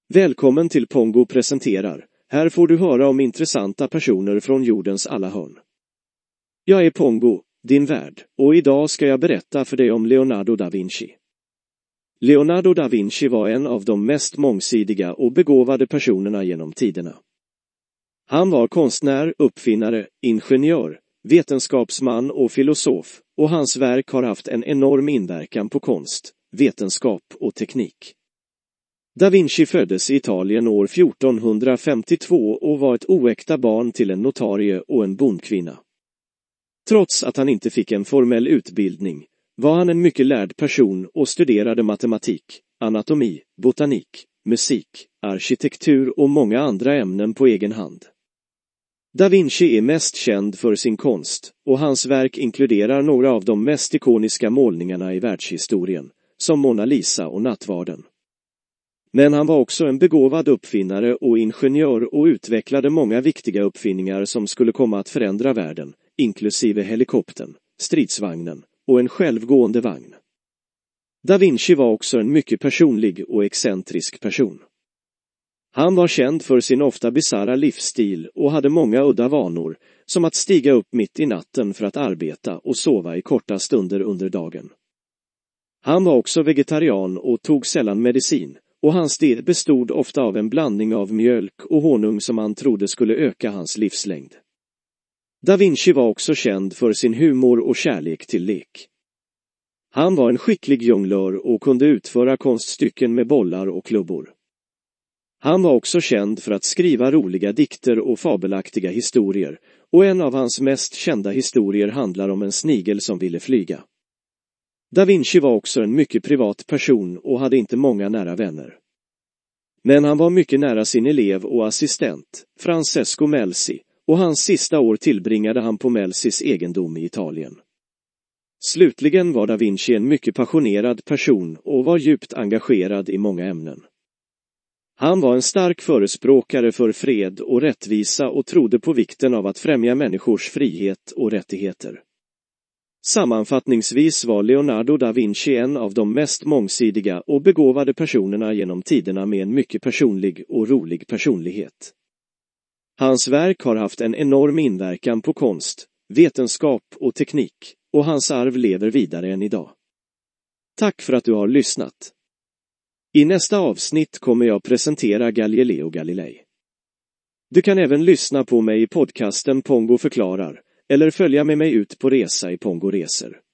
Välkommen till Pongo presenterar. Här får du höra om intressanta personer från jordens alla hörn. Jag är Pongo, din värd, och idag ska jag berätta för dig om Leonardo da Vinci. Leonardo da Vinci var en av de mest mångsidiga och begåvade personerna genom tiderna. Han var konstnär, uppfinnare, ingenjör, vetenskapsman och filosof, och hans verk har haft en enorm inverkan på konst, vetenskap och teknik. Da Vinci föddes i Italien år 1452 och var ett oäkta barn till en notarie och en bondkvinna. Trots att han inte fick en formell utbildning, var han en mycket lärd person och studerade matematik, anatomi, botanik, musik, arkitektur och många andra ämnen på egen hand. Da Vinci är mest känd för sin konst, och hans verk inkluderar några av de mest ikoniska målningarna i världshistorien, som Mona Lisa och Nattvarden. Men han var också en begåvad uppfinnare och ingenjör och utvecklade många viktiga uppfinningar som skulle komma att förändra världen, inklusive helikoptern, stridsvagnen och en självgående vagn. Da Vinci var också en mycket personlig och excentrisk person. Han var känd för sin ofta bizarra livsstil och hade många udda vanor, som att stiga upp mitt i natten för att arbeta och sova i korta stunder under dagen. Han var också vegetarian och tog sällan medicin, och hans diet bestod ofta av en blandning av mjölk och honung som han trodde skulle öka hans livslängd. Da Vinci var också känd för sin humor och kärlek till lek. Han var en skicklig jonglör och kunde utföra konststycken med bollar och klubbor. Han var också känd för att skriva roliga dikter och fabelaktiga historier, och en av hans mest kända historier handlar om en snigel som ville flyga. Da Vinci var också en mycket privat person och hade inte många nära vänner. Men han var mycket nära sin elev och assistent, Francesco Melzi, och hans sista år tillbringade han på Melzis egendom i Italien. Slutligen var Da Vinci en mycket passionerad person och var djupt engagerad i många ämnen. Han var en stark förespråkare för fred och rättvisa och trodde på vikten av att främja människors frihet och rättigheter. Sammanfattningsvis var Leonardo da Vinci en av de mest mångsidiga och begåvade personerna genom tiderna med en mycket personlig och rolig personlighet. Hans verk har haft en enorm inverkan på konst, vetenskap och teknik, och hans arv lever vidare än idag. Tack för att du har lyssnat. I nästa avsnitt kommer jag presentera Galileo Galilei. Du kan även lyssna på mig i podcasten Pongo förklarar, eller följa med mig ut på resa i Pongo reser.